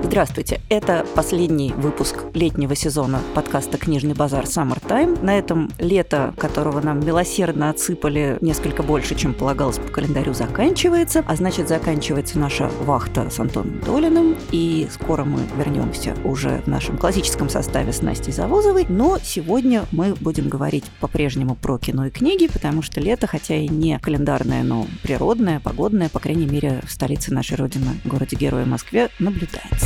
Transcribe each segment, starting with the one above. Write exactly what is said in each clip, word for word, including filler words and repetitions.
Здравствуйте, это последний выпуск летнего сезона подкаста «Книжный базар Summertime». На этом лето, которого нам милосердно отсыпали несколько больше, чем полагалось по календарю, заканчивается, а значит, заканчивается наша вахта с Антоном Долиным, и скоро мы вернемся уже в нашем классическом составе с Настей Завозовой, но сегодня мы будем говорить по-прежнему про кино и книги, потому что лето, хотя и не календарное, но природное, погодное, по крайней мере, в столице нашей Родины, городе-герое Москве, наблюдается.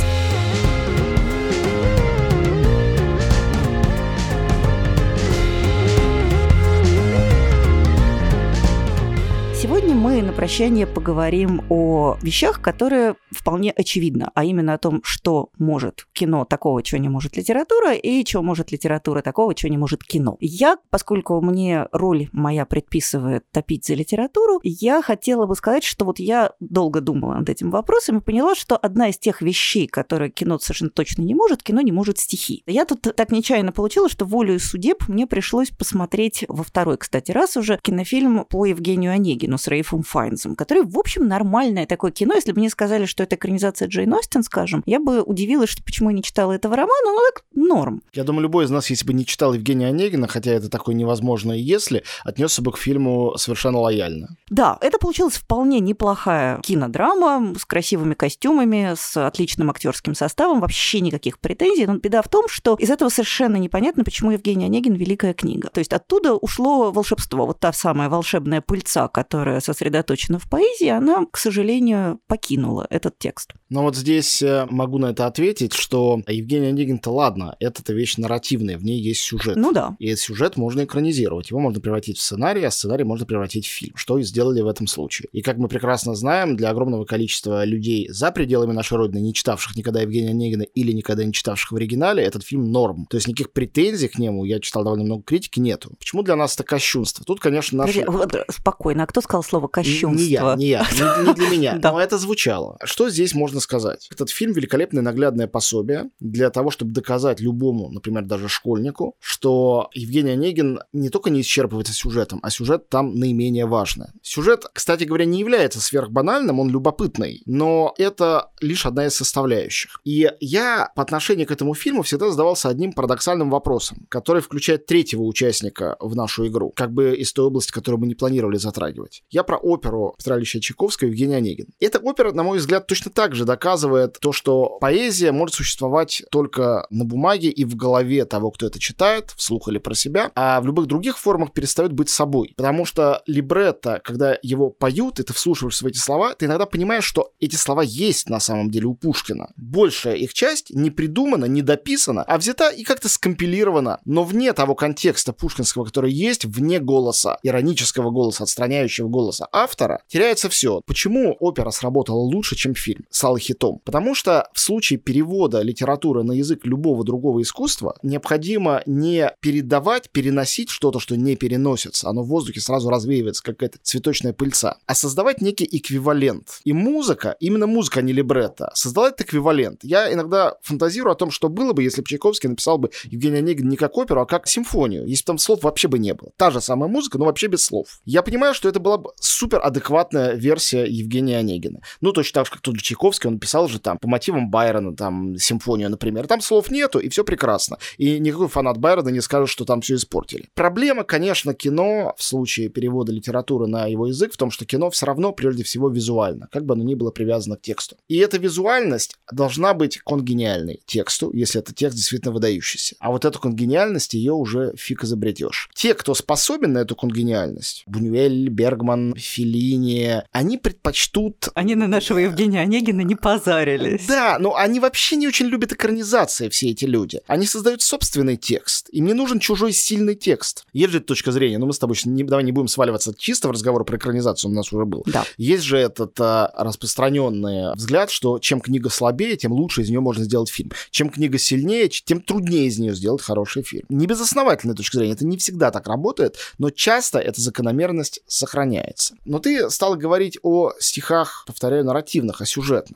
Сегодня мы на прощание поговорим о вещах, которые вполне очевидны, а именно о том, что может кино такого, чего не может литература, и чего может литература такого, чего не может кино. Я, поскольку мне роль моя предписывает топить за литературу, я хотела бы сказать, что вот я долго думала над этим вопросом и поняла, что одна из тех вещей, которые кино совершенно точно не может, кино не может стихи. Я тут так нечаянно получила, что волею судеб мне пришлось посмотреть во второй, кстати, раз уже кинофильм по Евгению Онегину с Рейфом Файнсом, который, в общем, нормальное такое кино. Если бы мне сказали, что это экранизация Джейн Остин, скажем, я бы удивилась, что почему я не читала этого романа, но так норм. Я думаю, любой из нас, если бы не читал Евгения Онегина, хотя это такое невозможное «если», отнесся бы к фильму совершенно лояльно. Да, это получилась вполне неплохая кинодрама с красивыми костюмами, с отличным актерским составом, вообще никаких претензий, но беда в том, что из этого совершенно непонятно, почему Евгений Онегин — великая книга. То есть оттуда ушло волшебство, вот та самая волшебная пыльца, которая сосредоточена в поэзии, она, к сожалению, покинула этот текст. Но вот здесь могу на это ответить, что Евгений Онегин-то ладно, это-то вещь нарративная, в ней есть сюжет. Ну да. И этот сюжет можно экранизировать, его можно превратить в сценарий, а сценарий можно превратить в фильм, что и сделали в этом случае. И как мы прекрасно знаем, для огромного количества людей за пределами нашей Родины, не читавших никогда Евгения Онегина или никогда не читавших в оригинале, этот фильм норм. То есть никаких претензий к нему, я читал довольно много критики, нету. Почему для нас это кощунство? Тут, конечно, наши... Подожди, вот, спокойно, а кто сказал слово «кощунство»? Не я, не я, не, не для меня, но это звучало. Что здесь можно сказать? Этот фильм — великолепное наглядное пособие для того, чтобы доказать любому, например, даже школьнику, что Евгений Онегин не только не исчерпывается сюжетом, а сюжет там наименее важный. Сюжет, кстати говоря, не является сверхбанальным, он любопытный, но это лишь одна из составляющих. И я по отношению к этому фильму всегда задавался одним парадоксальным вопросом, который включает третьего участника в нашу игру, как бы из той области, которую мы не планировали затрагивать. Я про оперу Петра Ильича Чайковского «Евгений Онегин». Эта опера, на мой взгляд, точно так же доказывает то, что поэзия может существовать только на бумаге и в голове того, кто это читает, вслух или про себя, а в любых других формах перестает быть собой. Потому что либретто, когда его поют, и ты вслушиваешься в эти слова, ты иногда понимаешь, что эти слова есть на самом деле у Пушкина. Большая их часть не придумана, не дописана, а взята и как-то скомпилирована, но вне того контекста пушкинского, который есть, вне голоса, иронического голоса, отстраняющего голоса автора, теряется все. Почему опера сработала лучше, чем фильм, стала хитом? Потому что в случае перевода литературы на язык любого другого искусства необходимо не передавать, переносить что-то, что не переносится, оно в воздухе сразу развеивается, как какая-то цветочная пыльца, а создавать некий эквивалент. И музыка, именно музыка, а не либретто, создала этот эквивалент. Я иногда фантазирую о том, что было бы, если бы Чайковский написал бы Евгений Онегин не как оперу, а как симфонию, если бы там слов вообще бы не было. Та же самая музыка, но вообще без слов. Я понимаю, что это была бы супер адекватная версия Евгения Онегина. Ну, точно так же, как тот же Чайковский, он писал же там по мотивам Байрона, там, симфонию, например. Там слов нету, и все прекрасно. И никакой фанат Байрона не скажет, что там все испортили. Проблема, конечно, кино в случае перевода литературы на его язык в том, что кино все равно, прежде всего, визуально, как бы оно ни было привязано к тексту. И эта визуальность должна быть конгениальной тексту, если это текст действительно выдающийся. А вот эту конгениальность, ее уже фиг изобретешь. Те, кто способен на эту конгениальность, Бунюэль, Бергман, Феллини, они предпочтут... Они на нашего Евгения Онегина не позарились. Да, но они вообще не очень любят экранизации, все эти люди. Они создают собственный текст. Им не нужен чужой сильный текст. Есть же эта точка зрения, но мы с тобой не, давай не будем сваливаться чисто в разговор про экранизацию, у нас уже был. Да. Есть же этот а, распространенный взгляд, что чем книга слабее, тем лучше из нее можно сделать фильм. Чем книга сильнее, тем труднее из нее сделать хороший фильм. Не безосновательная точка зрения, это не всегда так работает, но часто эта закономерность сохраняется. Но ты стал говорить о стихах, повторяю, нарративных, о сюжетных.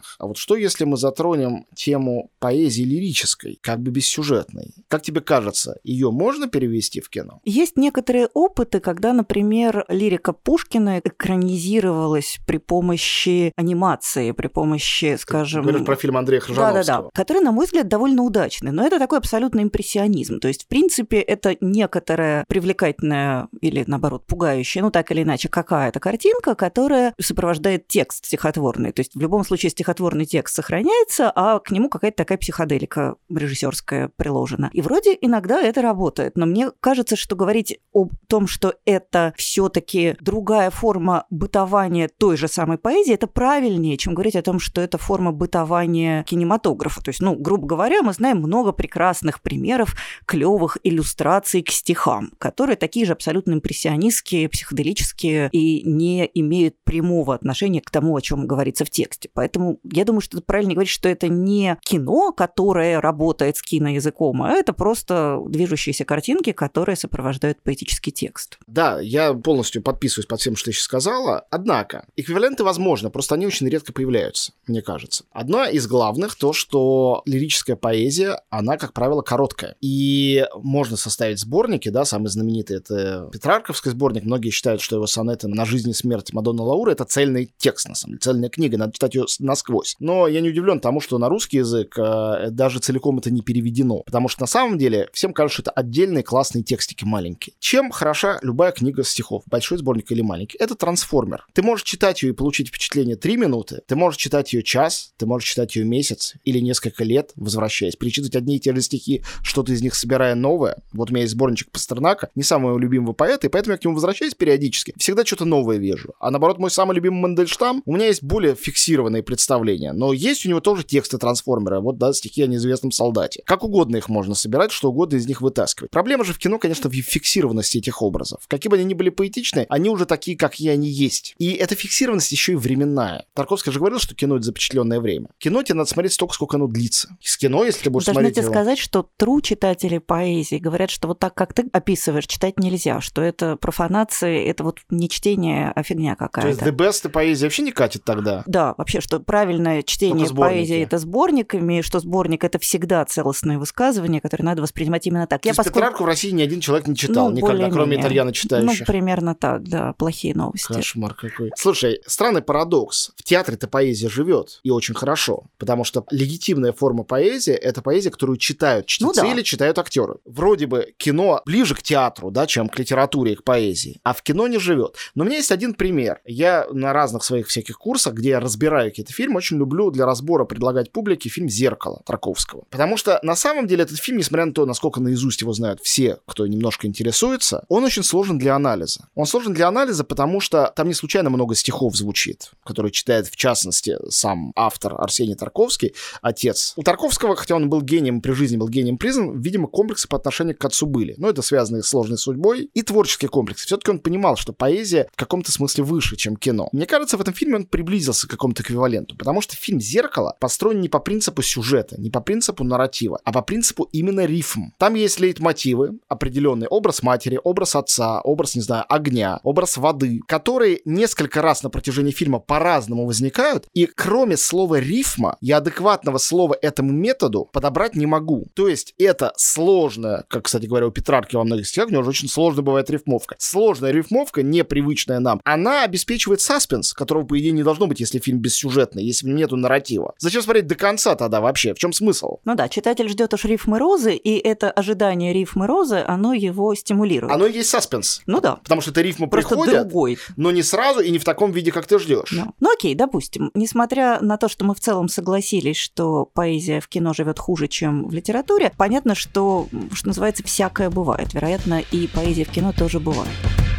сюжетных. А вот что, если мы затронем тему поэзии лирической, как бы бессюжетной? Как тебе кажется, ее можно перевести в кино? Есть некоторые опыты, когда, например, лирика Пушкина экранизировалась при помощи анимации, при помощи, скажем... Ты говоришь про фильм Андрея Крыжановского. Да-да-да, который, на мой взгляд, довольно удачный. Но это такой абсолютный импрессионизм. То есть, в принципе, это некоторая привлекательная или, наоборот, пугающая, ну, так или иначе, какая-то картинка, которая сопровождает текст стихотворный. То есть, в любом случае, стихотворный текст сохраняется, а к нему какая-то такая психоделика режиссерская приложена. И вроде иногда это работает. Но мне кажется, что говорить о том, что это все-таки другая форма бытования той же самой поэзии, это правильнее, чем говорить о том, что это форма бытования кинематографа. То есть, ну, грубо говоря, мы знаем много прекрасных примеров клевых иллюстраций к стихам, которые такие же абсолютно импрессионистские, психоделические и не имеют прямого отношения к тому, о чем говорится в тексте. Поэтому я думаю, что это правильно говорить, что это не кино, которое работает с киноязыком, а это просто движущиеся картинки, которые сопровождают поэтический текст. Да, я полностью подписываюсь под всем, что ты сейчас сказала. Однако, эквиваленты возможны, просто они очень редко появляются, мне кажется. Одна из главных то, что лирическая поэзия, она, как правило, короткая. И можно составить сборники, да, самый знаменитый — это Петрарковский сборник. Многие считают, что его сонеты на жизнь и смерть Мадонны Лауры — это цельный текст, на самом деле, цельная книга, надо читать ее насквозь. Но я не удивлен тому, что на русский язык э, даже целиком это не переведено, потому что на самом деле всем кажется, что это отдельные классные текстики маленькие. Чем хороша любая книга стихов, большой сборник или маленький? Это трансформер. Ты можешь читать ее и получить впечатление три минуты, ты можешь читать ее час, ты можешь читать ее месяц или несколько лет, возвращаясь, перечитывать одни и те же стихи, что-то из них собирая новое. Вот у меня есть сборничек Пастернака, не самого моего любимого поэта, и поэтому я к нему возвращаюсь периодически. Всегда что-то новое вижу. А наоборот, мой самый любимый Мандельштам, у меня есть более фиксированные представления, но есть у него тоже тексты трансформера. Вот, да, стихи о неизвестном солдате. Как угодно их можно собирать, что угодно из них вытаскивать. Проблема же в кино, конечно, в фиксированности этих образов. Какие бы они ни были поэтичны, они уже такие, как и они есть. И эта фиксированность еще и временная. Тарковский же говорил, что кино — это запечатленное время. Кино тебе надо смотреть столько, сколько оно длится. Из кино, если ты будешь Должны смотреть тебе его... сказать, что true читатели поэзии говорят, что вот так, как ты описываешь, читать нельзя, что это профанация, это вот не чтение, а фигня какая-то. То есть the best поэзия вообще не катит тогда? Да, вообще, что правильное чтение поэзии — это сборниками, что сборник — это всегда целостные высказывания, которые надо воспринимать именно так. То есть поскольку... Петрарку в России ни один человек не читал, ну, никогда, кроме итальяно читающих. Ну, примерно так, да, плохие новости. Кошмар какой. Слушай, странный парадокс. В театре-то поэзия живет, и очень хорошо, потому что легитимная форма поэзии — это поэзия, которую читают чтецы, ну, да, или читают актеры. Вроде бы кино ближе к театру, да, чем к литературе и к поэзии, а в кино не живет. Но у меня есть один пример. Я на разных своих всяких курсах, где я разбираю какие-то фильмы, очень люблю для разбора предлагать публике фильм «Зеркало» Тарковского. Потому что на самом деле этот фильм, несмотря на то, насколько наизусть его знают все, кто немножко интересуется, он очень сложен для анализа. Он сложен для анализа, потому что там не случайно много стихов звучит, которые читает, в частности, сам автор Арсений Тарковский, отец. У Тарковского, хотя он был гением, при жизни был гением признан, видимо, комплексы по отношению к отцу были. Но это связано с сложной судьбой и творческий комплекс. Все-таки он понимал, что поэзия в каком-то смысле выше, чем кино. Мне кажется, в этом фильме он приблизился к какому-то эквиваленту, потому что фильм «Зеркало» построен не по принципу сюжета, не по принципу нарратива, а по принципу именно рифм. Там есть лейтмотивы, определенный образ матери, образ отца, образ, не знаю, огня, образ воды, которые несколько раз на протяжении фильма по-разному возникают, и кроме слова рифма, я адекватного слова этому методу подобрать не могу. То есть это сложная, как, кстати говоря, у Петрарки во многих стихах, у него же очень сложно бывает рифмовка. Сложная рифмовка, непривычная нам, она обеспечивает саспенс, которого, по идее, не должно быть, если фильм бессюжетный, если в нем нету нарратива. Зачем смотреть до конца тогда вообще? В чем смысл? Ну да, читатель ждет уж рифмы розы, и это ожидание рифмы розы, оно его стимулирует. Оно и есть саспенс. Ну да. Потому что это рифмы просто приходят, другой, но не сразу и не в таком виде, как ты ждешь. Да. Ну окей, допустим, несмотря на то, что мы в целом согласились, что поэзия в кино живет хуже, чем в литературе, понятно, что, что называется, всякое бывает. Вероятно, и поэзия в кино тоже бывает.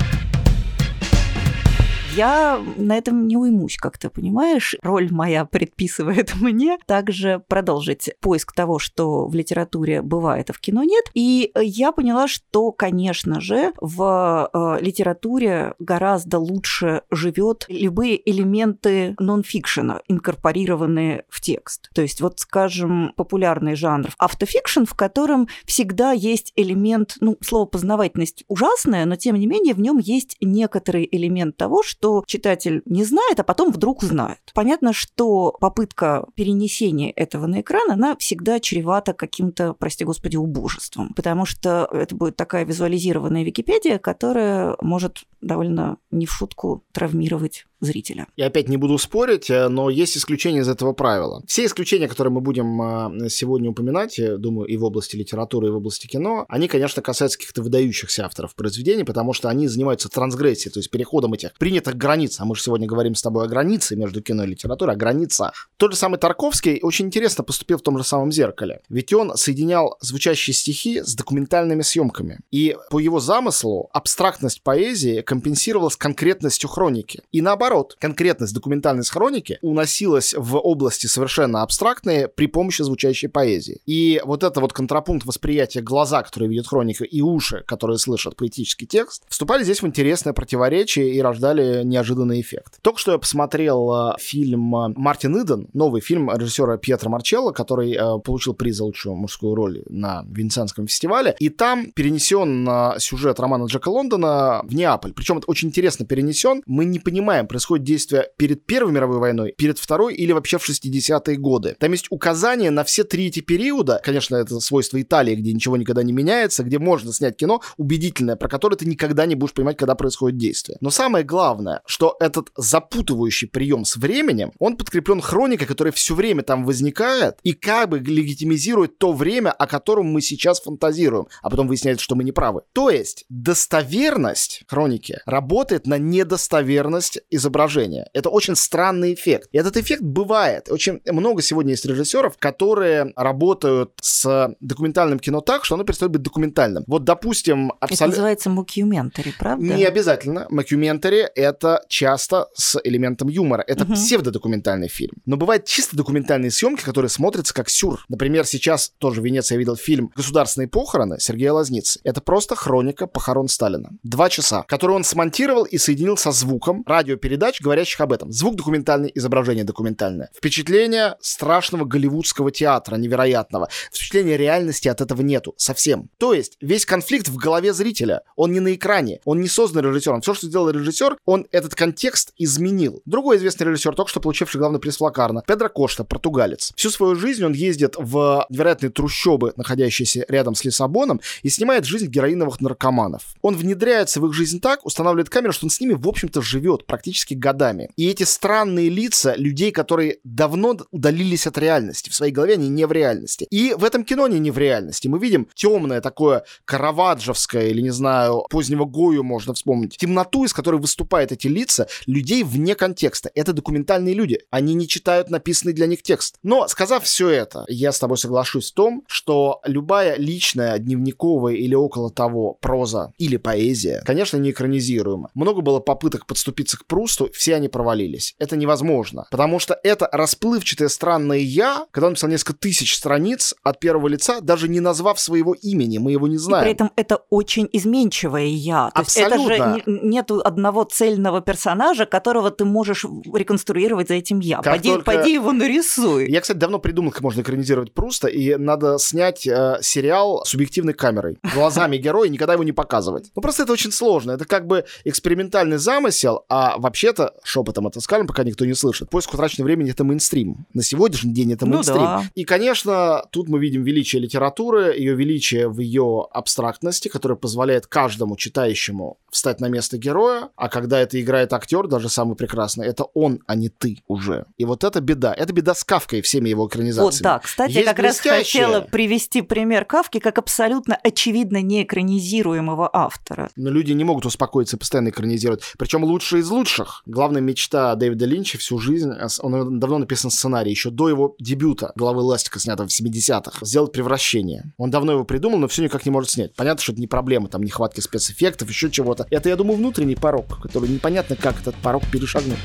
Я на этом не уймусь, как ты понимаешь. Роль моя предписывает мне также продолжить поиск того, что в литературе бывает, а в кино нет. И я поняла, что, конечно же, в э, литературе гораздо лучше живет любые элементы нон-фикшена, инкорпорированные в текст. То есть, вот, скажем, популярный жанр автофикшн, в котором всегда есть элемент, ну, слово познавательность ужасное, но, тем не менее, в нем есть некоторый элемент того, что что читатель не знает, а потом вдруг знает. Понятно, что попытка перенесения этого на экран, она всегда чревата каким-то, прости господи, убожеством, потому что это будет такая визуализированная Википедия, которая может довольно не в шутку травмировать зрителя. Я опять не буду спорить, но есть исключения из этого правила. Все исключения, которые мы будем сегодня упоминать, я думаю, и в области литературы, и в области кино, они, конечно, касаются каких-то выдающихся авторов произведений, потому что они занимаются трансгрессией, то есть переходом этих принятых границ. А мы же сегодня говорим с тобой о границе между кино и литературой, о границах. Тот же самый Тарковский очень интересно поступил в том же самом «Зеркале». Ведь он соединял звучащие стихи с документальными съемками. И по его замыслу абстрактность поэзии компенсировалась конкретностью хроники. И наоборот, конкретность, документальность хроники уносилась в области совершенно абстрактные при помощи звучащей поэзии. И вот это вот контрапункт восприятия глаза, которые видят хронику, и уши, которые слышат поэтический текст, вступали здесь в интересное противоречие и рождали неожиданный эффект. Только что я посмотрел фильм «Мартин Иден», новый фильм режиссера Пьетро Марчелло, который э, получил приз за лучшую мужскую роль на Венецианском фестивале, и там перенесен э, сюжет романа Джека Лондона в Неаполь. Причем это очень интересно перенесен. Мы не понимаем, происходит действие перед Первой мировой войной, перед Второй или вообще в шестидесятые годы. Там есть указания на все три эти периода. Конечно, это свойство Италии, где ничего никогда не меняется, где можно снять кино убедительное, про которое ты никогда не будешь понимать, когда происходит действие. Но самое главное, что этот запутывающий прием с временем, он подкреплен хроникой, которая все время там возникает и как бы легитимизирует то время, о котором мы сейчас фантазируем, а потом выясняется, что мы не правы. То есть достоверность хроники работает на недостоверность изображения. Это очень странный эффект. И этот эффект бывает. Очень много сегодня есть режиссеров, которые работают с документальным кино так, что оно перестает быть документальным. Вот, допустим... Абсолютно... Это называется мокюментари, правда? Не обязательно. Мокюментари — это часто с элементом юмора. Это угу. псевдодокументальный фильм. Но бывают чисто документальные съемки, которые смотрятся как сюр. Например, сейчас тоже в Венеции я видел фильм «Государственные похороны» Сергея Лазницы. Это просто хроника похорон Сталина. Два часа, который он смонтировал и соединил со звуком радиопередач, говорящих об этом. Звук документальный, изображение документальное. Впечатление страшного голливудского театра, невероятного. Впечатления реальности от этого нету. Совсем. То есть весь конфликт в голове зрителя. Он не на экране. Он не создан режиссером. Все, что сделал режиссер, он этот контекст изменил. Другой известный режиссер, только что получивший главный приз в Локарно, Педро Кошта, португалец. Всю свою жизнь он ездит в невероятные трущобы, находящиеся рядом с Лиссабоном, и снимает жизнь героиновых наркоманов. Он внедряется в их жизнь так, устанавливает камеру, что он с ними, в общем-то, живет практически годами. И эти странные лица людей, которые давно удалились от реальности. В своей голове они не в реальности. И в этом кино они не в реальности. Мы видим темное такое караваджовское, или, не знаю, позднего Гою можно вспомнить. Темноту, из которой выступают эти лица, людей вне контекста. Это документальные люди. Они не читают написанный для них текст. Но, сказав все это, я с тобой соглашусь в том, что любая личная, дневниковая или около того проза или поэзия, конечно, не экранизируема. Много было попыток подступиться к Прусту, все они провалились. Это невозможно. Потому что это расплывчатое странное «я», когда он написал несколько тысяч страниц от первого лица, даже не назвав своего имени, мы его не знаем. И при этом это очень изменчивое «я». То Абсолютно. Есть это же не, нету одного цельного персонажа, которого ты можешь реконструировать за этим «я». Поди, только... поди его нарисуй. Я, кстати, давно придумал, как можно экранизировать Пруста, и надо снять э, сериал с субъективной камерой, глазами героя, никогда его не показывать. Ну, просто это очень сложно. Это как бы экспериментальный замысел, а вообще-то, шепотом это скажем, пока никто не слышит, «Поиск утраченного времени» — это мейнстрим. На сегодняшний день это мейнстрим. Ну, да. И, конечно, тут мы видим величие литературы, ее величие в ее абстрактности, которая позволяет каждому читающему встать на место героя, а когда это играет актер, даже самый прекрасный, это он, а не ты уже. И вот это беда. Это беда с Кафкой и всеми его экранизациями. Вот, да. Кстати, есть я как блестящие... раз хотела привести пример Кафки как абсолютно очевидно неэкранизируемого автора. Но люди не могут успокоиться и постоянно экранизировать. Причем лучшие из лучших. Главная мечта Дэвида Линча всю жизнь, он давно написан сценарий, еще до его дебюта «Главы ластика», снятого в семидесятых, сделать «Превращение». Он давно его придумал, но все никак не может снять. Понятно, что это не проблема, там, нехватки спецэффектов, еще чего-то. Это, я думаю, внутренний порог, который непонятно, как этот порог перешагнуть.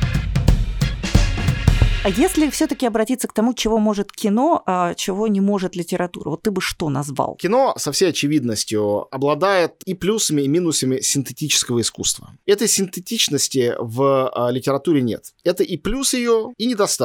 А если все-таки обратиться к тому, чего может кино, а чего не может литература, вот ты бы что назвал? Кино со всей очевидностью обладает и плюсами, и минусами синтетического искусства. Этой синтетичности в а, литературе нет. Это и плюс ее, и недостаток.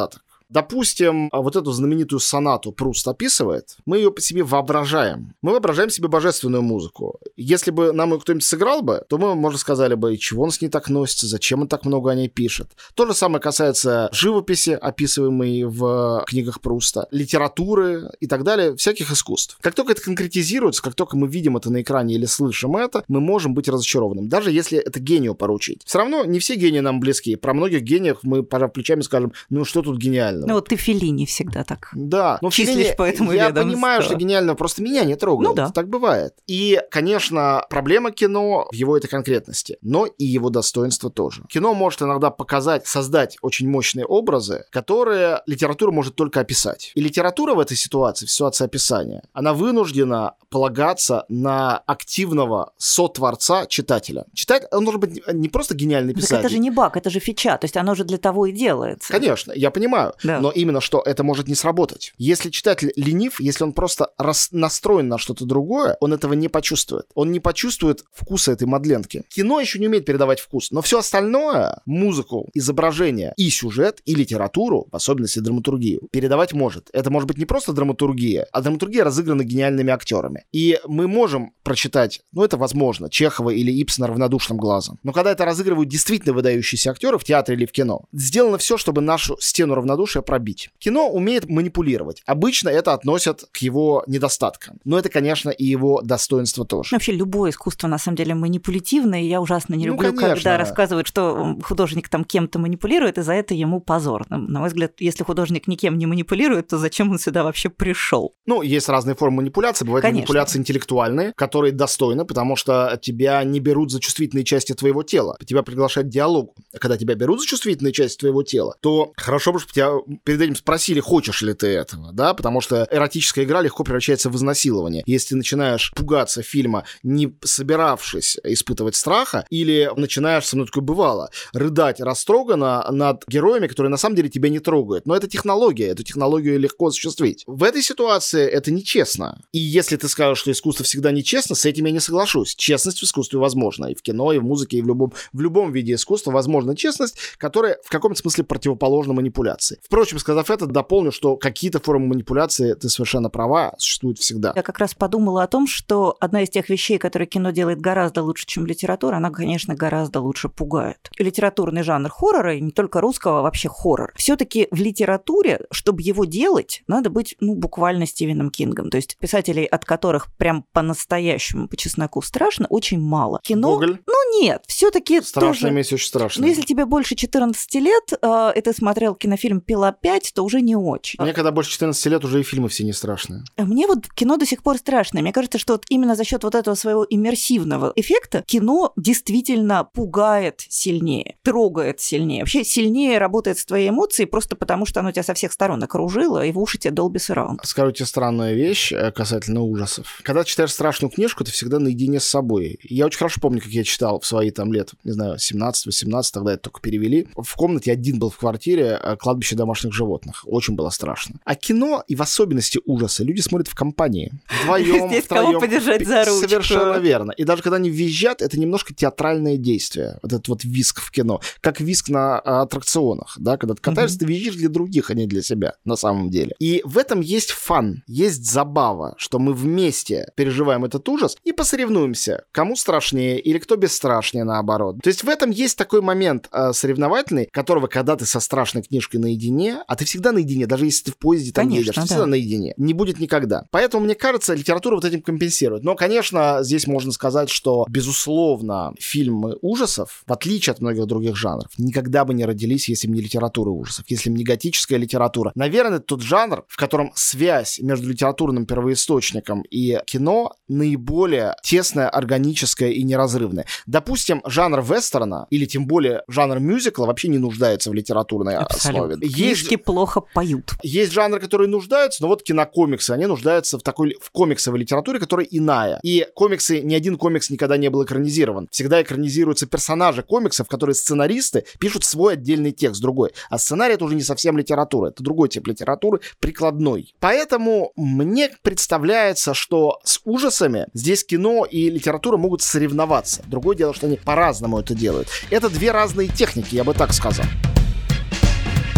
Допустим, вот эту знаменитую сонату Пруст описывает, мы ее по себе воображаем. Мы воображаем себе божественную музыку. Если бы нам ее кто-нибудь сыграл бы, то мы, может, сказали бы, чего он с ней так носится, зачем он так много о ней пишет. То же самое касается живописи, описываемой в книгах Пруста, литературы и так далее, всяких искусств. Как только это конкретизируется, как только мы видим это на экране или слышим это, мы можем быть разочарованным, даже если это гению поручить. Все равно не все гении нам близки. Про многих гениев мы, пожав плечами, скажем, ну что тут гениального? Ну вот ты Феллини всегда так. Да, но Феллини, по этому я ведомству. Понимаю, что гениального просто меня не трогает. Ну да. Так бывает. И, конечно, проблема кино в его этой конкретности, но и его достоинство тоже. Кино может иногда показать, создать очень мощные образы, которые литература может только описать. И литература в этой ситуации, в ситуации описания, она вынуждена полагаться на активного сотворца читателя. Читатель, он должен быть не просто гениальный писатель. Так это же не баг, это же фича, то есть оно же для того и делается. Конечно, я понимаю, да. Но именно что это может не сработать. Если читатель ленив, если он просто рас... настроен на что-то другое, он этого не почувствует. Он не почувствует вкуса этой мадленки. Кино еще не умеет передавать вкус, но все остальное, музыку, изображение и сюжет, и литературу, в особенности драматургию, передавать может. Это может быть не просто драматургия, а драматургия разыграна гениальными актерами. И мы можем прочитать, ну это возможно, Чехова или Ибсена равнодушным глазом. Но когда это разыгрывают действительно выдающиеся актеры в театре или в кино, сделано все, чтобы нашу стену равнодушия пробить. Кино умеет манипулировать. Обычно это относят к его недостаткам. Но это, конечно, и его достоинство тоже. Вообще любое искусство, на самом деле, манипулятивное. И я ужасно не люблю, ну, когда рассказывают, что художник там кем-то манипулирует, и за это ему позор. На мой взгляд, если художник никем не манипулирует, то зачем он сюда вообще пришел? Ну, есть разные формы манипуляции. Бывают конечно. манипуляции интеллектуальные, которые достойны, потому что тебя не берут за чувствительные части твоего тела. Тебя приглашают к диалогу. А когда тебя берут за чувствительные части твоего тела, то хорошо бы, чтобы тебя перед этим спросили, хочешь ли ты этого, да? Потому что эротическая игра легко превращается в изнасилование. Если ты начинаешь пугаться фильма, не собиравшись испытывать страха, или начинаешь, со мной такое бывало, рыдать растроганно над героями, которые на самом деле тебя не трогают. Но это технология, эту технологию легко осуществить. В этой ситуации это нечестно. И если ты скажешь, что искусство всегда нечестно, с этим я не соглашусь. Честность в искусстве возможна. И в кино, и в музыке, и в любом, в любом виде искусства возможна честность, которая в каком-то смысле противоположна манипуляции. Впрочем, сказав это, дополню, что какие-то формы манипуляции, ты совершенно права, существуют всегда. Я как раз подумала о том, что одна из тех вещей, которые кино делает гораздо лучше, чем литература, она, конечно, гораздо лучше пугает. Литературный жанр хоррора, и не только русского, а вообще хоррор. Все-таки в литературе, чтобы его делать, надо быть, ну, буквально Стивеном Кингом. То есть писателей, от которых прям по-настоящему, по чесноку страшно, очень мало. Кино... Гоголь? Ну, нет, все-таки страшная тоже... месть очень страшная. Но если тебе больше четырнадцати лет, э, и ты смотрел кинофильм «Пила пять», то уже не очень. Мне когда больше четырнадцати лет, уже и фильмы все не страшные. Мне вот кино до сих пор страшное. Мне кажется, что вот именно за счет вот этого своего иммерсивного эффекта кино действительно пугает сильнее, трогает сильнее. Вообще сильнее работает с твоей эмоцией просто потому, что оно тебя со всех сторон окружило, и в уши тебе Dolby Surround. Скажу тебе странную вещь касательно ужасов. Когда читаешь страшную книжку, ты всегда наедине с собой. Я очень хорошо помню, как я читал в свои там лет, не знаю, семнадцать-восемнадцать, тогда это только перевели. В комнате один был в квартире «Кладбище домашних животных». Очень было страшно. А кино, и в особенности ужасы, люди смотрят в компании. Вдвоем, здесь втроем. Кого подержать за ручку. Совершенно верно. И даже когда они визжат, это немножко театральное действие. Вот этот вот визг в кино. Как визг на аттракционах, да, когда ты катаешься, mm-hmm. ты визжишь для других, а не для себя, на самом деле. И в этом есть фан, есть забава, что мы вместе переживаем этот ужас и посоревнуемся, кому страшнее или кто бесстрашнее, наоборот. То есть в этом есть такой момент э, соревновательный, которого, когда ты со страшной книжкой наедине, а ты всегда наедине, даже если ты в поезде там конечно, едешь, ты да. всегда наедине, не будет никогда. Поэтому, мне кажется, литература вот этим компенсирует. Но, конечно, здесь можно сказать, что, безусловно, фильмы ужасов, в отличие от многих других жанров, никогда бы не родились, если бы не литература ужасов, если бы не готическая литература. Наверное, это тот жанр, в котором связь между литературным первоисточником и кино наиболее тесная, органическая и неразрывная. Допустим, жанр вестерна, или тем более жанр мюзикла, вообще не нуждается в литературной Абсолютно. основе. Книжки Есть... плохо поют. Есть жанры, которые нуждаются, но вот кинокомиксы, они нуждаются в такой в комиксовой литературе, которая иная. И комиксы, ни один комикс никогда не был экранизирован. Всегда экранизируются персонажи комиксов, которые сценаристы пишут свой отдельный текст, другой. А сценарий — это уже не совсем литература, это другой тип литературы, прикладной. Поэтому мне представляется, что с ужасами здесь кино и литература могут соревноваться. Другое дело, что они по-разному это делают. Это две разные техники, я бы так сказал.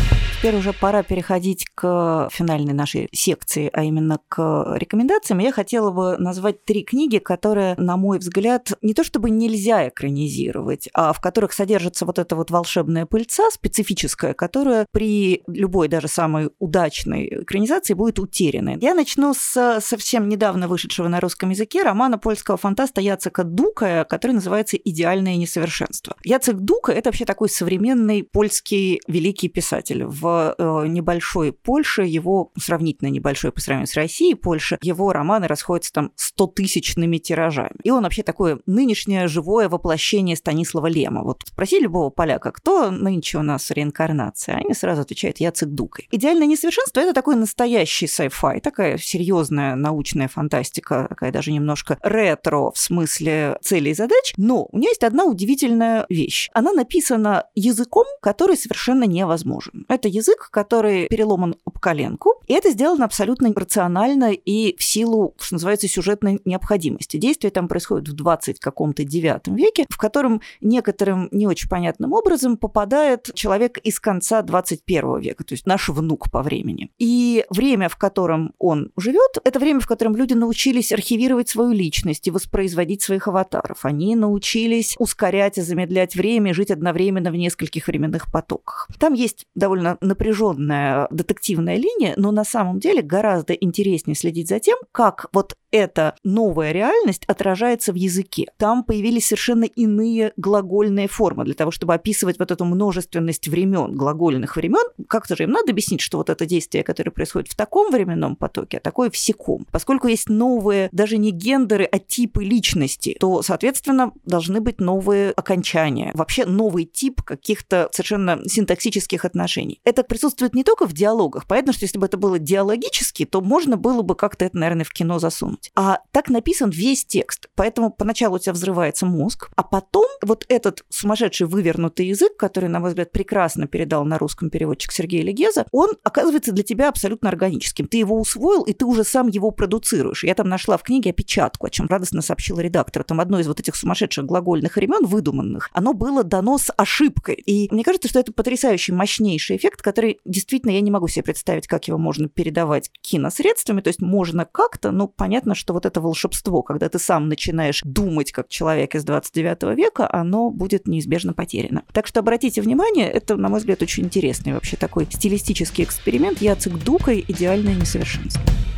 теперь уже пора переходить к финальной нашей секции, а именно к рекомендациям. Я хотела бы назвать три книги, которые, на мой взгляд, не то чтобы нельзя экранизировать, а в которых содержится вот эта вот волшебная пыльца специфическая, которая при любой, даже самой удачной экранизации будет утеряна. Я начну с совсем недавно вышедшего на русском языке романа польского фантаста Яцека Дукая, который называется «Идеальное несовершенство». Яцек Дука – это вообще такой современный польский великий писатель. В э, небольшой Польше, его сравнительно небольшой по сравнению с Россией, Польша, его романы расходятся там стотысячными тиражами. И он вообще такое нынешнее живое воплощение Станислава Лема. Вот спроси любого поляка, кто нынче у нас реинкарнация, они сразу отвечают Яцек Дукай. «Идеальное несовершенство» – это такой настоящий sci-fi, такая серьезная научная фантастика, такая даже немножко ретро в смысле целей и задач. Но у нее есть одна удивительная вещь. Она написана языком, который совершенно невозможен. Это язык, который переломан об коленку, и это сделано абсолютно рационально и в силу, что называется, сюжетной необходимости. Действие там происходит в двадцать каком-то девятом веке, в котором некоторым не очень понятным образом попадает человек из конца двадцать первого века, то есть наш внук по времени. И время, в котором он живет, это время, в котором люди научились архивировать свою личность и воспроизводить своих аватаров. Они научились ускорять и замедлять время, жить одновременно в нескольких временных потоках. Там есть довольно напряженная детективная линия, но на самом деле гораздо интереснее следить за тем, как вот эта новая реальность отражается в языке. Там появились совершенно иные глагольные формы для того, чтобы описывать вот эту множественность времен, глагольных времен. Как-то же им надо объяснить, что вот это действие, которое происходит в таком временном потоке, а такое в сяком. Поскольку есть новые, даже не гендеры, а типы личности, то, соответственно, должны быть новые окончания. Вообще новый тип каких-то совершенно синтаксических отношений. Это присутствует не только в диалогах. Понятно, что если бы это было диалогически, то можно было бы как-то это, наверное, в кино засунуть. А так написан весь текст. Поэтому поначалу у тебя взрывается мозг, а потом вот этот сумасшедший вывернутый язык, который, на мой взгляд, прекрасно передал на русском переводчик Сергей Легеза, он оказывается для тебя абсолютно органическим. Ты его усвоил, и ты уже сам его продуцируешь. Я там нашла в книге опечатку, о чем радостно сообщила редактор. Там одно из вот этих сумасшедших глагольных времен, выдуманных, оно было дано с ошибкой. И мне кажется, что это потрясающий, мощнейший эффект, который действительно я не могу себе представить, как его можно передавать киносредствами. То есть можно как-то, но понятно, что вот это волшебство, когда ты сам начинаешь думать как человек из двадцать девятого века, оно будет неизбежно потеряно. Так что обратите внимание, это, на мой взгляд, очень интересный вообще такой стилистический эксперимент. Яцек Дукай «Идеальное несовершенство».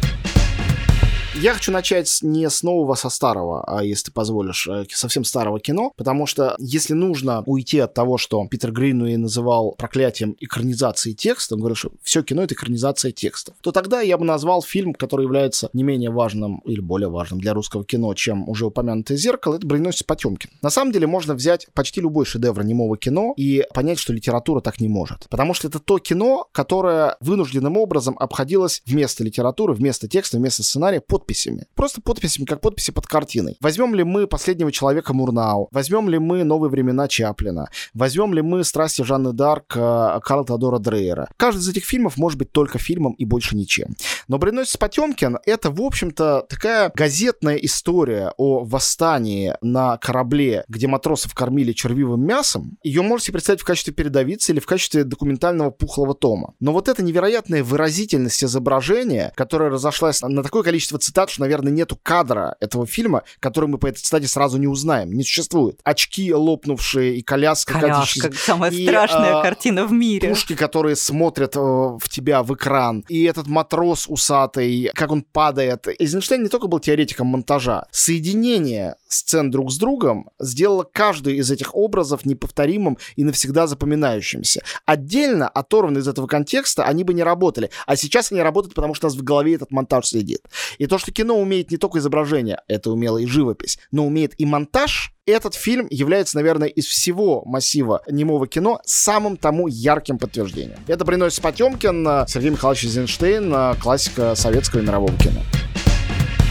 Я хочу начать не с нового, со старого, а, если ты позволишь, совсем старого кино, потому что если нужно уйти от того, что Питер Гринуэй называл проклятием экранизации текста, он говорит, что все кино — это экранизация текстов, то тогда я бы назвал фильм, который является не менее важным или более важным для русского кино, чем уже упомянутое «Зеркало», это «Броненосец Потемкин». На самом деле можно взять почти любой шедевр немого кино и понять, что литература так не может. Потому что это то кино, которое вынужденным образом обходилось вместо литературы, вместо текста, вместо сценария под подписями. Просто подписями, как подписи под картиной. Возьмем ли мы «Последнего человека» Мурнау? Возьмем ли мы «Новые времена» Чаплина? Возьмем ли мы «Страсти Жанны Д'Арк» Карла Теодора Дрейера? Каждый из этих фильмов может быть только фильмом и больше ничем. Но «Броненосец Потемкин» — это, в общем-то, такая газетная история о восстании на корабле, где матросов кормили червивым мясом. Ее можете представить в качестве передовицы или в качестве документального пухлого тома. Но вот эта невероятная выразительность изображения, которая разошлась на такое количество цитат, что, наверное, нету кадра этого фильма, который мы по этой цитате сразу не узнаем. Не существует. Очки лопнувшие и коляска. Коляска, самая и, страшная а, картина в мире. Пушки, которые смотрят а, в тебя в экран. И этот матрос усатый, как он падает. Эйзенштейн не только был теоретиком монтажа. Соединение сцен друг с другом сделало каждый из этих образов неповторимым и навсегда запоминающимся. Отдельно, оторванно из этого контекста, они бы не работали. А сейчас они работают, потому что у нас в голове этот монтаж сидит. И то, что кино умеет не только изображение, это умела и живопись, но умеет и монтаж. Этот фильм является, наверное, из всего массива немого кино самым тому ярким подтверждением. Это «Броненосец Потемкин», Сергей Михайлович Эйзенштейн, классика советского и мирового кино.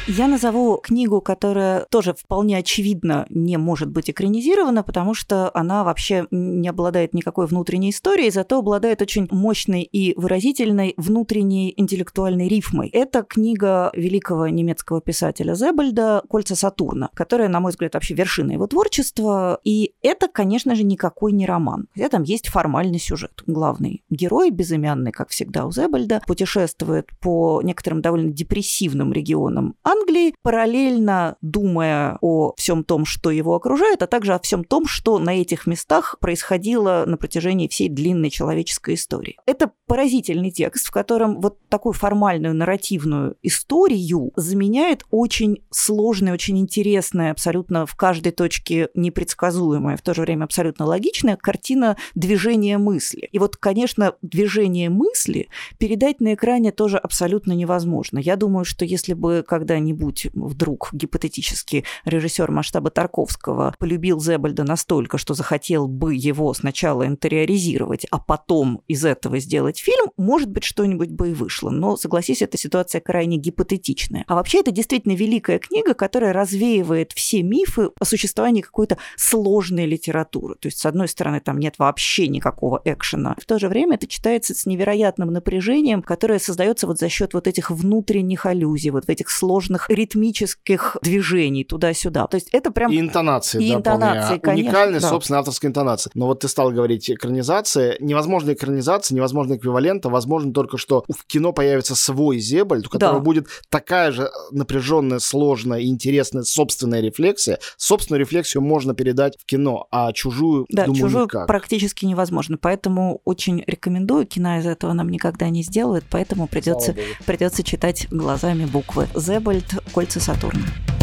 Я назову книгу, которая тоже вполне очевидно не может быть экранизирована, потому что она вообще не обладает никакой внутренней историей, зато обладает очень мощной и выразительной внутренней интеллектуальной рифмой. Это книга великого немецкого писателя Зебальда «Кольца Сатурна», которая, на мой взгляд, вообще вершина его творчества. И это, конечно же, никакой не роман, хотя там есть формальный сюжет. Главный герой, безымянный, как всегда у Зебальда, путешествует по некоторым довольно депрессивным регионам Англии, параллельно думая о всем том, что его окружает, а также о всем том, что на этих местах происходило на протяжении всей длинной человеческой истории. Это поразительный текст, в котором вот такую формальную нарративную историю заменяет очень сложная, очень интересная, абсолютно в каждой точке непредсказуемая, в то же время абсолютно логичная картина движения мысли. И вот, конечно, движение мысли передать на экране тоже абсолютно невозможно. Я думаю, что если бы когда-нибудь вдруг гипотетически режиссер масштаба Тарковского полюбил Зебальда настолько, что захотел бы его сначала интериоризировать, а потом из этого сделать фильм, может быть, что-нибудь бы и вышло. Но, согласись, эта ситуация крайне гипотетичная. А вообще это действительно великая книга, которая развеивает все мифы о существовании какой-то сложной литературы. То есть, с одной стороны, там нет вообще никакого экшена. В то же время это читается с невероятным напряжением, которое создается вот за счет вот этих внутренних аллюзий, вот в этих сложных ритмических движений туда-сюда. То есть это прям... И интонации, и да, интонации, конечно. Уникальность, да. собственно, авторской интонации. Но вот ты стал говорить экранизация. Невозможно экранизация, невозможно эквивалента. Возможно только, что в кино появится свой Зебальд, у которого да. будет такая же напряженная, сложная и интересная собственная рефлексия. Собственную рефлексию можно передать в кино, а чужую, да, думаю, чужую никак. Практически невозможно. Поэтому очень рекомендую. Кино из этого нам никогда не сделают, поэтому придется, придется читать глазами буквы. Зебальд «Кольца Сатурна».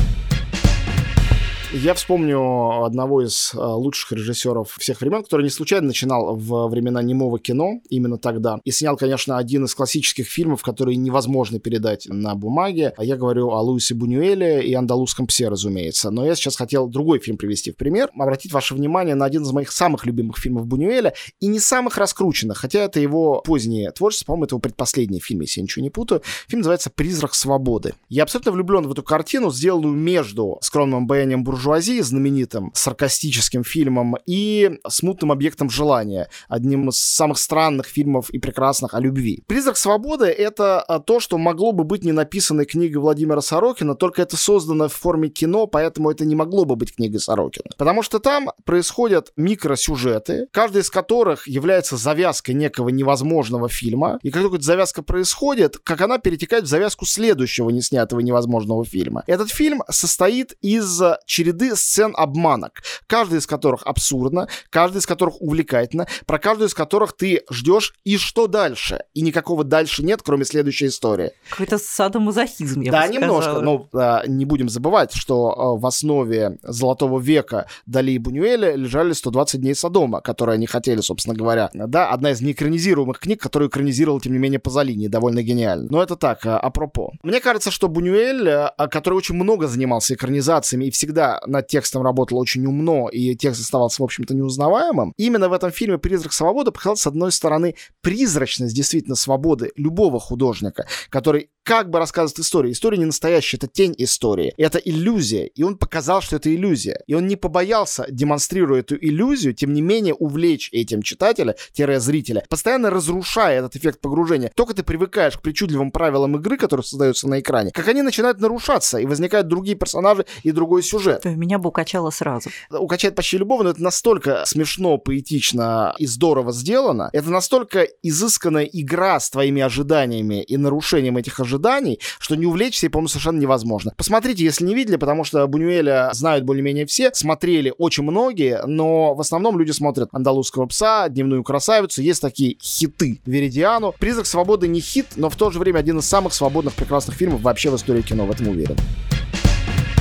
Я вспомню одного из лучших режиссеров всех времен, который не случайно начинал в времена немого кино, именно тогда, и снял, конечно, один из классических фильмов, которые невозможно передать на бумаге. Я говорю о Луисе Бунюэле и «Андалузском псе», разумеется. Но я сейчас хотел другой фильм привести в пример, обратить ваше внимание на один из моих самых любимых фильмов Бунюэля, и не самых раскрученных, хотя это его позднее творчество, по-моему, это его предпоследний фильм, если я ничего не путаю. Фильм называется «Призрак свободы». Я абсолютно влюблен в эту картину, сделанную между «Скромным обаянием буржуазии», знаменитым саркастическим фильмом, и «Смутным объектом желания», одним из самых странных фильмов и прекрасных о любви. «Призрак свободы» — это то, что могло бы быть не написанной книгой Владимира Сорокина, только это создано в форме кино, поэтому это не могло бы быть книгой Сорокина. Потому что там происходят микросюжеты, каждый из которых является завязкой некого невозможного фильма, и как только эта завязка происходит, как она перетекает в завязку следующего неснятого невозможного фильма. Этот фильм состоит из череды сцен обманок, каждая из которых абсурдна, каждая из которых увлекательна, про каждую из которых ты ждешь и что дальше. И никакого дальше нет, кроме следующей истории. Какой-то садомазохизм, я да, бы немножко, сказала. но а, не будем забывать, что а, в основе «Золотого века» Дали и Бунюэля лежали сто двадцать дней Содома, которые они хотели, собственно говоря. Да, одна из неэкранизируемых книг, которую экранизировал, тем не менее, Пазолини, довольно гениально. Но это так, а, апропо. Мне кажется, что Бунюэль, а, который очень много занимался экранизациями и всегда над текстом работал очень умно, и текст оставался, в общем-то, неузнаваемым. Именно в этом фильме «Призрак свободы» показалась, с одной стороны, призрачность действительно свободы любого художника, который как бы рассказывает историю. История не настоящая, это тень истории. Это иллюзия. И он показал, что это иллюзия. И он не побоялся, демонстрируя эту иллюзию, тем не менее увлечь этим читателя-зрителя, постоянно разрушая этот эффект погружения. Только ты привыкаешь к причудливым правилам игры, которые создаются на экране, как они начинают нарушаться, и возникают другие персонажи и другой сюжет. Меня бы укачало сразу. Укачает почти любого, но это настолько смешно, поэтично и здорово сделано. Это настолько изысканная игра с твоими ожиданиями и нарушением этих ожиданий, ожиданий, что не увлечься, и, по-моему, совершенно невозможно. Посмотрите, если не видели, потому что Бунюэля знают более-менее все, смотрели очень многие, но в основном люди смотрят «Андалузского пса», «Дневную красавицу», есть такие хиты «Веридиану». «Призрак свободы» не хит, но в то же время один из самых свободных, прекрасных фильмов вообще в истории кино, в этом уверен.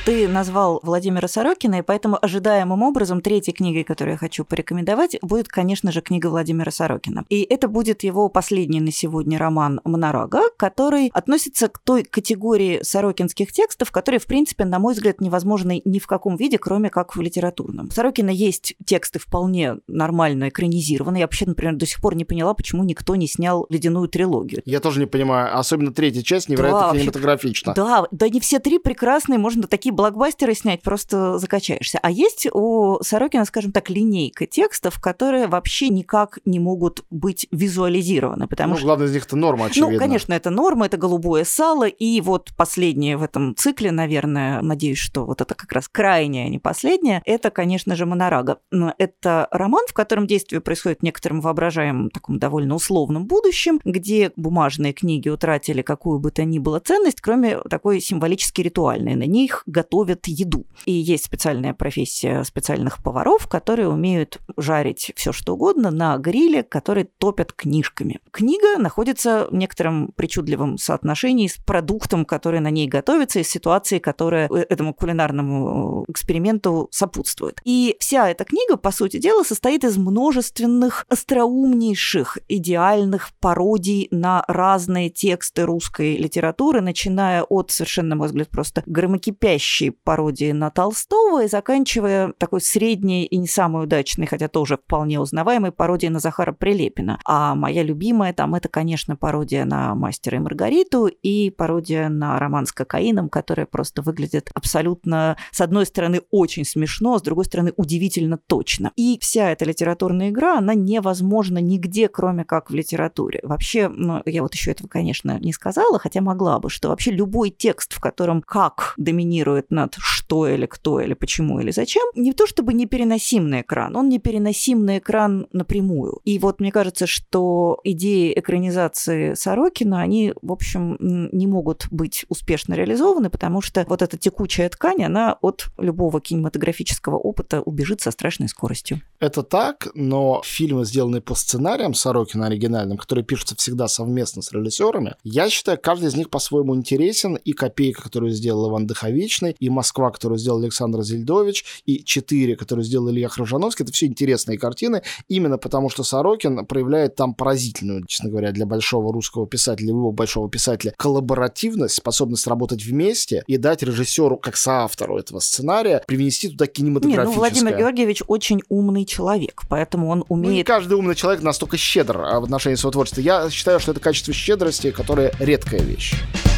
Ты назвал Владимира Сорокина, и поэтому ожидаемым образом третьей книгой, которую я хочу порекомендовать, будет, конечно же, книга Владимира Сорокина. И это будет его последний на сегодня роман «Мнарага», который относится к той категории сорокинских текстов, которые, в принципе, на мой взгляд, невозможны ни в каком виде, кроме как в литературном. У Сорокина есть тексты вполне нормально экранизированные. Я вообще, например, до сих пор не поняла, почему никто не снял «Ледяную трилогию». Я тоже не понимаю. Особенно третья часть невероятно да, кинематографична. Да, да, не все три прекрасные, можно такие блокбастеры снять, просто закачаешься. А есть у Сорокина, скажем так, линейка текстов, которые вообще никак не могут быть визуализированы. Потому ну, что... главное из них это норма, очевидно. Ну, конечно, это норма, это голубое сало, и вот последнее в этом цикле, наверное, надеюсь, что вот это как раз крайнее, а не последнее, это, конечно же, «Мнарага». Это роман, в котором действие происходит в некотором воображаемом, таком довольно условном будущем, где бумажные книги утратили какую бы то ни было ценность, кроме такой символически ритуальной. На них готовят еду. И есть специальная профессия специальных поваров, которые умеют жарить все что угодно на гриле, который топят книжками. Книга находится в некотором причудливом соотношении с продуктом, который на ней готовится, и с ситуацией, которая этому кулинарному эксперименту сопутствует. И вся эта книга, по сути дела, состоит из множественных остроумнейших, идеальных пародий на разные тексты русской литературы, начиная от совершенно, на мой взгляд, просто громокипящей пародии на Толстого и заканчивая такой средней и не самой удачной, хотя тоже вполне узнаваемой пародией на Захара Прилепина. А моя любимая там это, конечно, пародия на «Мастера и Маргариту» и пародия на роман с кокаином, которая просто выглядит абсолютно, с одной стороны, очень смешно, с другой стороны, удивительно точно. И вся эта литературная игра, она невозможна нигде, кроме как в литературе. Вообще, ну, я вот еще этого, конечно, не сказала, хотя могла бы, что вообще любой текст, в котором как доминирует над что или кто или почему или зачем, не то чтобы непереносим на экран, он непереносим на экран напрямую. И вот мне кажется, что идеи экранизации Сорокина, они, в общем, не могут быть успешно реализованы, потому что вот эта текучая ткань, она от любого кинематографического опыта убежит со страшной скоростью. Это так, но фильмы, сделанные по сценариям Сорокина оригинальным, которые пишутся всегда совместно с режиссерами, я считаю, каждый из них по-своему интересен. И «Копейка», которую сделал Иван Дыховичный, и «Москва», которую сделал Александр Зельдович, и «Четыре», которую сделал Илья Хржановский. Это все интересные картины, именно потому что Сорокин проявляет там поразительную, честно говоря, для большого русского писателя, его большого писателя, коллаборативность, способность работать вместе и дать режиссеру, как соавтору этого сценария, привнести туда кинематографическое. Нет, ну, Владимир Георгиевич очень умный человек, поэтому он умеет... Ну, не каждый умный человек настолько щедр в отношении своего творчества. Я считаю, что это качество щедрости, которое редкая вещь.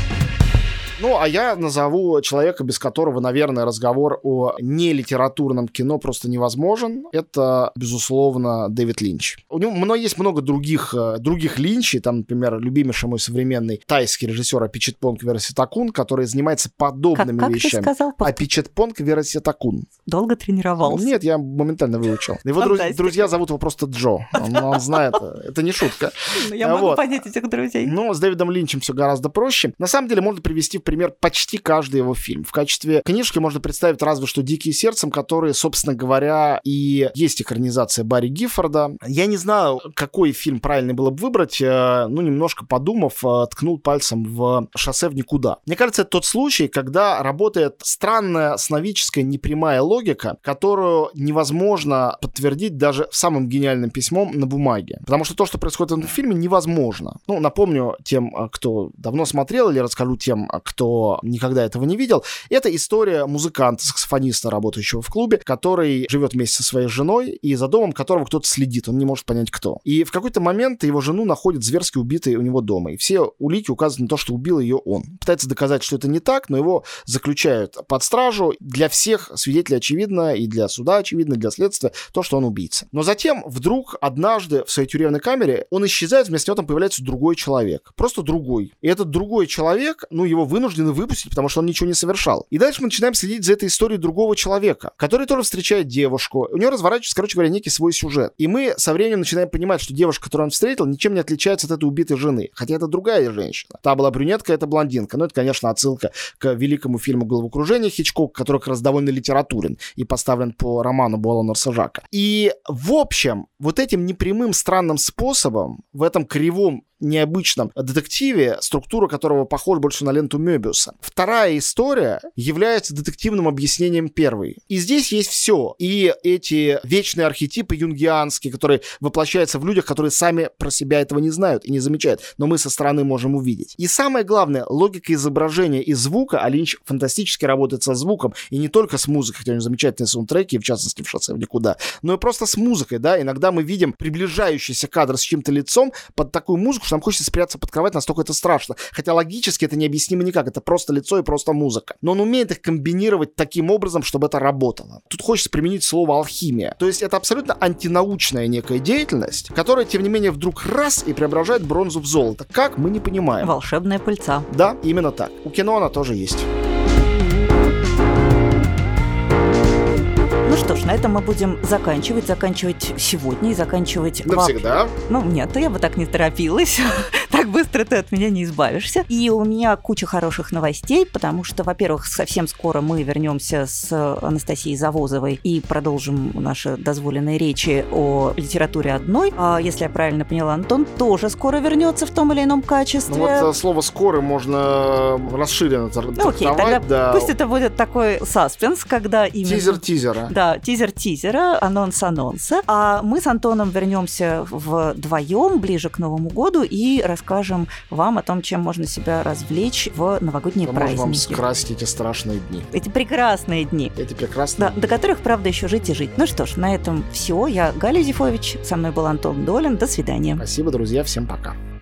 Ну, а я назову человека, без которого, наверное, разговор о нелитературном кино просто невозможен. Это, безусловно, Дэвид Линч. У него много, есть много других, других Линчей. Там, например, любимейший мой современный тайский режиссер Апичатпонг Вераситакун, который занимается подобными как, как вещами. Ты сказал? Апичатпонг Вераситакун. Долго тренировался? Нет, я моментально выучил. Его друз- друзья зовут его просто Джо. Он, он знает, это не шутка. Я могу вот. понять этих друзей. Но с Дэвидом Линчем все гораздо проще. На самом деле, можно привести в пример почти каждый его фильм. В качестве книжки можно представить разве что «Дикие сердцем», которые, собственно говоря, и есть экранизация Барри Гиффорда. Я не знаю, какой фильм правильно было бы выбрать, ну, немножко подумав, ткнул пальцем в «Шоссе в никуда». Мне кажется, это тот случай, когда работает странная сновидческая непрямая логика, которую невозможно подтвердить даже самым гениальным письмом на бумаге. Потому что то, что происходит в этом фильме, невозможно. Ну, напомню тем, кто давно смотрел, или расскажу тем, кто никогда этого не видел. Это история музыканта, саксофониста, работающего в клубе, который живет вместе со своей женой, и за домом которого кто-то следит, он не может понять, кто. И в какой-то момент его жену находят зверски убитой у него дома, и все улики указывают на то, что убил ее он. Пытается доказать, что это не так, но его заключают под стражу. Для всех свидетелей очевидно, и для суда очевидно, и для следствия, то, что он убийца. Но затем вдруг однажды в своей тюремной камере он исчезает, вместо него там появляется другой человек. Просто другой. И этот другой человек, ну, его вынуждены выпустить, потому что он ничего не совершал. И дальше мы начинаем следить за этой историей другого человека, который тоже встречает девушку. У него разворачивается, короче говоря, некий свой сюжет. И мы со временем начинаем понимать, что девушка, которую он встретил, ничем не отличается от этой убитой жены. Хотя это другая женщина. Та была брюнетка, это блондинка. Но это, конечно, отсылка к великому фильму «Головокружение» Хичкока, который как раз довольно литературен и поставлен по роману Буалона-Рсажака. И, в общем, вот этим непрямым странным способом, в этом кривом необычном детективе, структура которого похожа больше на ленту Мёбиуса. Вторая история является детективным объяснением первой. И здесь есть все. И эти вечные архетипы юнгианские, которые воплощаются в людях, которые сами про себя этого не знают и не замечают, но мы со стороны можем увидеть. И самое главное, логика изображения и звука, а Линч фантастически работает со звуком, и не только с музыкой, хотя у него замечательные саундтреки, в частности в «Шоссе в никуда», но и просто с музыкой, да, иногда мы видим приближающийся кадр с чьим-то лицом под такую музыку, что нам хочется спрятаться под кровать, настолько это страшно. Хотя логически это необъяснимо никак, это просто лицо и просто музыка. Но он умеет их комбинировать таким образом, чтобы это работало. Тут хочется применить слово алхимия. То есть это абсолютно антинаучная некая деятельность, которая, тем не менее, вдруг раз и преображает бронзу в золото. Как, мы не понимаем. Волшебная пыльца. Да, именно так. У кино она тоже есть. Ну что ж, на этом мы будем заканчивать, заканчивать сегодня и заканчивать... Навсегда? Вообще... Ну, нет, я бы так не торопилась. Так быстро ты от меня не избавишься. И у меня куча хороших новостей, потому что, во-первых, совсем скоро мы вернемся с Анастасией Завозовой и продолжим наши дозволенные речи о литературе одной. А если я правильно поняла, Антон тоже скоро вернется в том или ином качестве. Ну вот слово «скоро» можно расширенно трактовать. Ну окей, тогда да. Пусть это будет такой саспенс, когда именно... Тизер тизера. Да, тизер тизера, анонс анонса. А мы с Антоном вернемся вдвоем ближе к Новому году и расскажем вам о том, чем можно себя развлечь в новогодние да, праздники. Можем вам скрасить эти страшные дни. Эти прекрасные дни. Эти прекрасные да, дни. До которых, правда, еще жить и жить. Ну что ж, на этом все. Я Галя Зифович, со мной был Антон Долин. До свидания. Спасибо, друзья, всем пока.